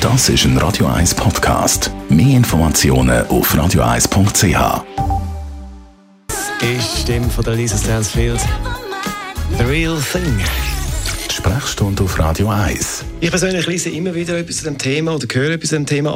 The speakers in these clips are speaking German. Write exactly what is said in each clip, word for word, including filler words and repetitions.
Das ist ein Radio eins Podcast. Mehr Informationen auf radio eins punkt c h. Ist die Stimme von der Lisa Stansfield. The Real Thing. Die Sprechstunde auf Radio eins. Ich persönlich lese immer wieder etwas zu dem Thema oder höre etwas zu dem Thema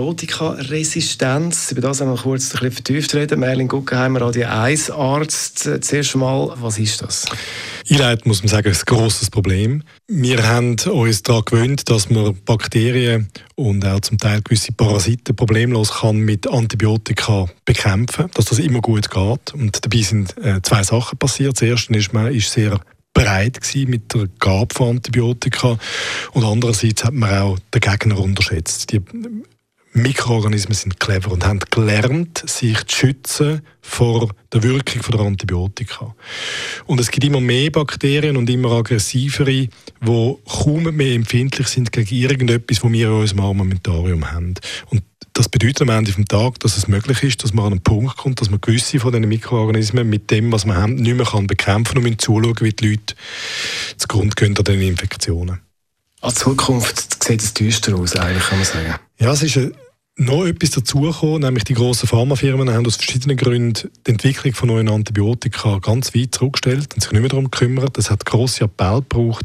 Antibiotikaresistenz. Über das haben wir kurz ein bisschen vertieft reden. Merlin Guggenheimer, Radio eins Arzt. Zuerst mal, was ist das? Einleitend muss man sagen, es ist ein grosses Problem. Wir haben uns daran gewöhnt, dass man Bakterien und auch zum Teil gewisse Parasiten problemlos kann mit Antibiotika bekämpfen, dass das immer gut geht. Und dabei sind äh, zwei Sachen passiert. Das erste ist, man ist sehr bereit gewesen mit der Gabe von Antibiotika und andererseits hat man auch den Gegner unterschätzt. Die Mikroorganismen sind clever und haben gelernt, sich zu schützen vor der Wirkung der Antibiotika. Und es gibt immer mehr Bakterien und immer aggressivere, die kaum mehr empfindlich sind gegen irgendetwas, was wir in unserem Armamentarium haben. Und das bedeutet am Ende des Tages, dass es möglich ist, dass man an einen Punkt kommt, dass man gewisse von diesen Mikroorganismen mit dem, was man haben, nicht mehr bekämpfen kann und zuschauen, wie die Leute zugrunde gehen an diesen Infektionen. Als Zukunft sieht es düster aus, eigentlich, kann man sagen. Ja, es ist eine noch etwas dazugekommen, nämlich die grossen Pharmafirmen haben aus verschiedenen Gründen die Entwicklung von neuen Antibiotika ganz weit zurückgestellt und sich nicht mehr darum gekümmert. Es hat grosse Appelle gebraucht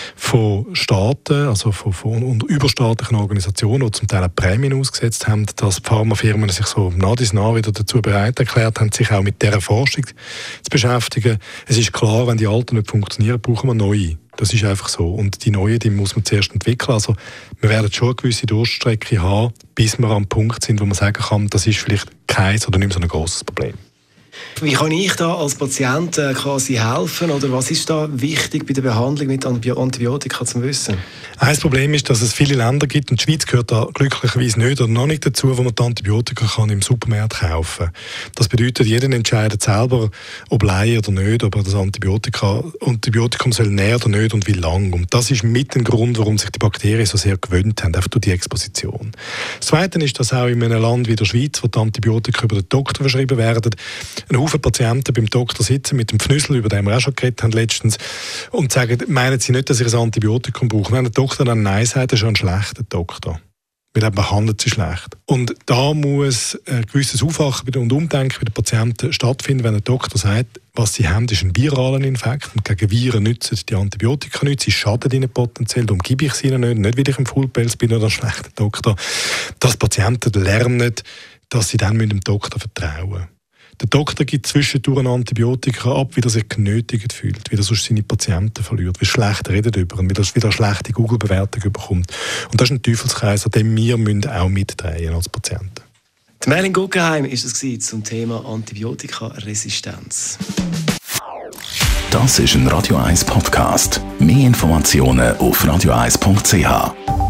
von Staaten, also von, von und überstaatlichen Organisationen, die zum Teil auch Prämien ausgesetzt haben, dass die Pharmafirmen sich so nah dies nah wieder dazu bereit erklärt haben, sich auch mit dieser Forschung zu beschäftigen. Es ist klar, wenn die alten nicht funktionieren, brauchen wir neue. Das ist einfach so. Und die neuen, die muss man zuerst entwickeln. Also wir werden schon eine gewisse Durststrecke haben, bis wir am Punkt sind, wo man sagen kann, das ist vielleicht kein oder nicht mehr so ein grosses Problem. Wie kann ich da als Patient äh, quasi helfen? Oder was ist da wichtig bei der Behandlung mit Antibiotika zu wissen? Ein Problem ist, dass es viele Länder gibt, und die Schweiz gehört da glücklicherweise nicht oder noch nicht dazu, wo man die Antibiotika kann im Supermarkt kaufen kann. Das bedeutet, jeder entscheidet selber, ob Laie oder nicht, ob er das Antibiotika, Antibiotikum soll nehmen oder nicht und wie lang. Und das ist mit dem Grund, warum sich die Bakterien so sehr gewöhnt haben, einfach durch die Exposition. Das Zweite ist, dass auch in einem Land wie der Schweiz, wo die Antibiotika über den Doktor verschrieben werden, ein Haufen Patienten beim Doktor sitzen mit dem Pfnüssel, über den wir auch schon geredet haben letztens, und sagen, meinen sie nicht, dass ich ein Antibiotikum brauche? Wenn der Doktor dann Nein sagt, das ist ein schlechter Doktor. Weil er behandelt sie schlecht. Und da muss ein gewisses Aufwachen und Umdenken bei den Patienten stattfinden, wenn der Doktor sagt, was sie haben, ist ein viraler Infekt und gegen Viren nützen die Antibiotika nicht, sie schaden ihnen potenziell, darum gebe ich sie ihnen nicht, nicht weil ich im Fullpelz bin oder ein schlechter Doktor. Dass Patienten lernen, dass sie dann mit dem Doktor vertrauen müssen. Der Doktor gibt zwischendurch ein Antibiotika ab, wie er sich genötigt fühlt, wie er sonst seine Patienten verliert, wie schlecht er redet über ihn, wie er wieder eine schlechte Google-Bewertung bekommt. Und das ist ein Teufelskreis, an dem wir auch mitdrehen als Patienten. Die Merlin Guggenheim war es zum Thema Antibiotikaresistenz. Das ist ein Radio eins Podcast. Mehr Informationen auf radio eins punkt c h.